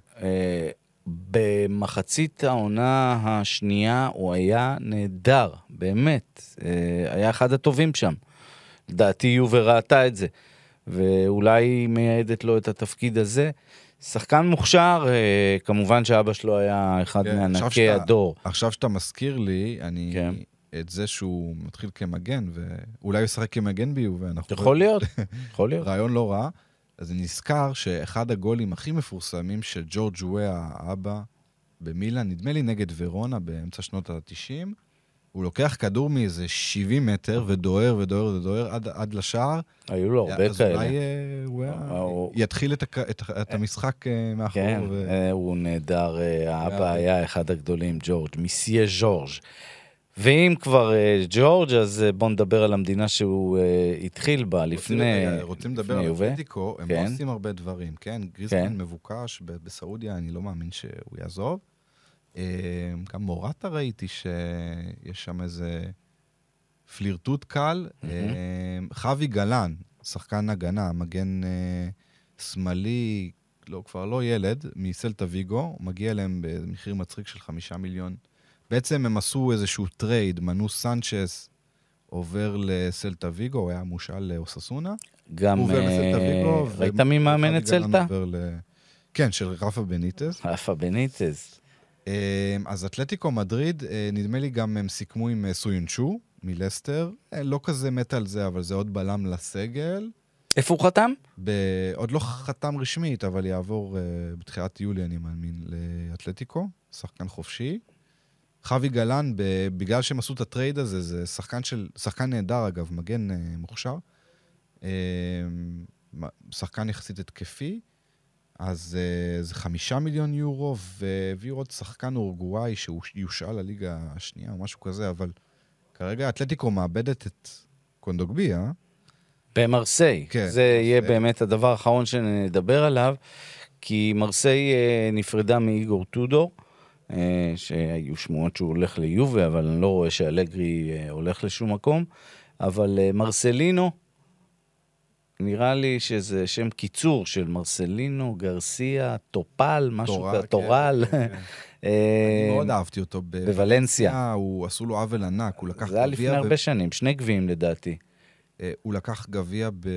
במחצית העונה השנייה הוא היה נהדר, באמת. היה אחד הטובים שם. לדעתי יובה ראתה את זה. ואולי היא מייעדת לו את התפקיד הזה. שחקן מוכשר, כמובן שאבא שלו היה אחד כן, מענקי הדור. עכשיו שאתה מזכיר לי, אני... כן. את זה שהוא מתחיל כמגן, ואולי הוא ישחק כמגן ביובה. יכול להיות, יכול להיות. רעיון לא רע. אז אני נזכר שאחד הגולים הכי מפורסמים של ג'ורג' וויה, האבא, במילאן, נדמה לי נגד ורונה באמצע שנות ה-תשעים, הוא לוקח כדור מאיזה שבעים מטר ודוהר ודוהר ודוהר עד, עד לשער. היו לו הרבה אז כאלה. אז אולי הוא הוא... יתחיל את, את, את המשחק מאחור. כן, ו... הוא נהדר, האבא היה אחד הגדולים, ג'ורג', מיסיה ז'ורג'. ואם כבר ג'ורג', אז בואו נדבר על המדינה שהוא התחיל בה לפני... רוצים לדבר על אתלטיקו, הם לא עושים הרבה דברים, כן? גריזמן מבוקש בסעודיה, אני לא מאמין שהוא יעזוב. גם מורטה ראיתי שיש שם איזה פלירטוט קל. חווי גלן, שחקן הגנה, מגן שמאלי, כבר לא ילד, מסלטה ויגו, מגיע להם במחיר מצחיק של חמישה מיליון. בעצם הם עשו איזשהו טרייד, מנו סנצ'ס עובר לסלטה ויגו, הוא היה מושאל לאוססונה. גם ראית מי מאמן את סלטה? כן, של רפה בניטז. רפה בניטז. אז אתלטיקו מדריד, נדמה לי גם הם סיכמו עם סויונצ'ו, מלסטר. לא כזה מת על זה, אבל זה עוד בלם לסגל. איפה הוא חתם? עוד לא חתם רשמית, אבל יעבור בתחילת יולי, אני מאמין, לאתלטיקו, שחקן חופשי. חווי גלן, בגלל שהם עשו את הטרייד הזה, זה שחקן, של, שחקן נהדר אגב, מגן מוכשר, שחקן יחסית התקפי, אז זה חמישה מיליון יורו, והביאו עוד שחקן אורוגוואי שהוא יושאל לליגה השנייה או משהו כזה, אבל כרגע אתלטיקו מאבדת את קונדוגביה. במרסיי, כן, זה מרסיי. יהיה באמת הדבר האחרון שנדבר עליו, כי מרסיי נפרדה מאיגור טודור, שהיו שמועות שהוא הולך ליובה, אבל אני לא רואה שאלגרי הולך לשום מקום, אבל מרסלינו, נראה לי שזה שם קיצור של מרסלינו, גרסיה, טופל, משהו כזה, טורל. אני מאוד אהבתי אותו. בוולנסיה. הוא עשו לו עוול ענק, הוא לקח גביע. זה היה לפני הרבה שנים, שני גביעים לדעתי. הוא לקח גביע ב...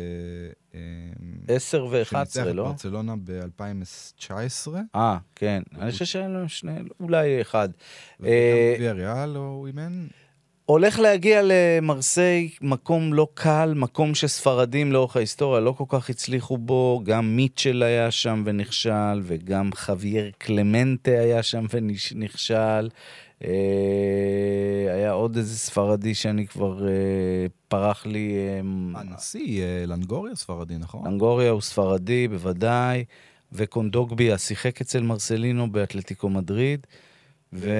עשר ואחת עשרה, לא? שניצח את ברצלונה ב-אלפיים תשע עשרה. אה, כן. אני חושב שאין לו שני, אולי אחד. וגם גביע ריאל או אימן? הולך להגיע למרסיי, מקום לא קל, מקום שספרדים לאורך ההיסטוריה לא כל כך הצליחו בו, גם מיטשל היה שם ונכשל, וגם חווייר קלמנטה היה שם ונכשל. היה עוד איזה ספרדי שאני כבר פרח לי... הנשיא, לנגוריה ספרדי, נכון? לנגוריה הוא ספרדי, בוודאי, וקונדוגביה שיחק אצל מרסלינו באתלטיקו מדריד, ו...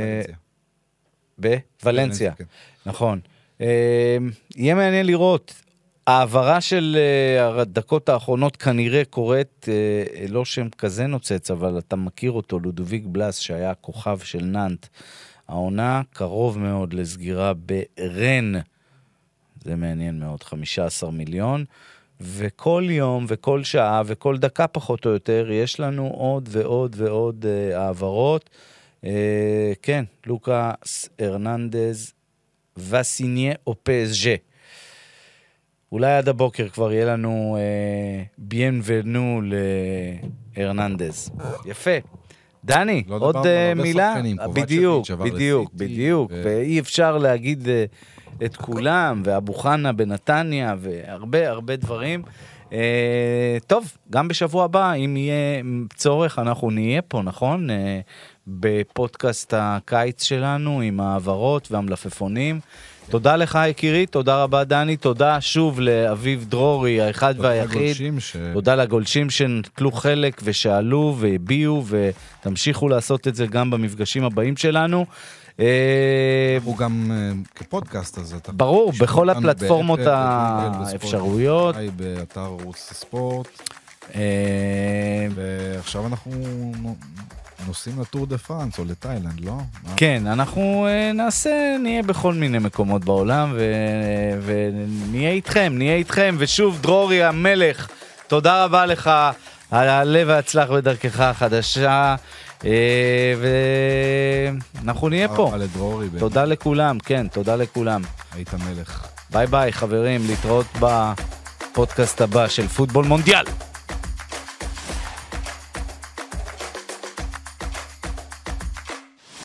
בוולנסיה, נכון. יהיה מעניין לראות, העברה של הדקות האחרונות כנראה קורית, לא שם כזה נוצץ, אבל אתה מכיר אותו, לודוביק בלס, שהיה כוכב של ננט, העונה קרוב מאוד לסגירה ברן, זה מעניין מאוד, חמישה עשר מיליון, וכל יום וכל שעה וכל דקה פחות או יותר, יש לנו עוד ועוד ועוד העברות, כן, לוקאס הרננדז וסיניה או פסג'ה. אולי עד הבוקר כבר יהיה לנו ביאנבנו להרננדז. יפה. דני, עוד מילה? בדיוק, בדיוק, בדיוק. ואי אפשר להגיד את כולם, ואבוחנה בנתניה, והרבה הרבה דברים. טוב, גם בשבוע הבא, אם יהיה צורך, אנחנו נהיה פה, נכון? בפודקאסט הקיץ שלנו, עם העברות והמלפפונים. תודה לך, יקירי, תודה רבה, דני, תודה שוב לאביב דרורי, האחד והיחיד. תודה לגולשים שנטלו חלק ושאלו והביעו, ותמשיכו לעשות את זה גם במפגשים הבאים שלנו. הוא גם כפודקאסט הזה. ברור, בכל הפלטפורמות האפשרויות. באתר רוץ הספורט. ועכשיו אנחנו נוסעים לטור דה פרנס או לתאילנד, לא? כן, אנחנו נעשה, נהיה בכל מיני מקומות בעולם, ונהיה איתכם, נהיה איתכם, ושוב, דרורי המלך, תודה רבה לך על הלב והצלח בדרכך החדשה, ואנחנו נהיה פה. תודה לכולם, כן, תודה לכולם. היית מלך. ביי ביי חברים, להתראות בפודקאסט הבא של פוטבול מונדיאל.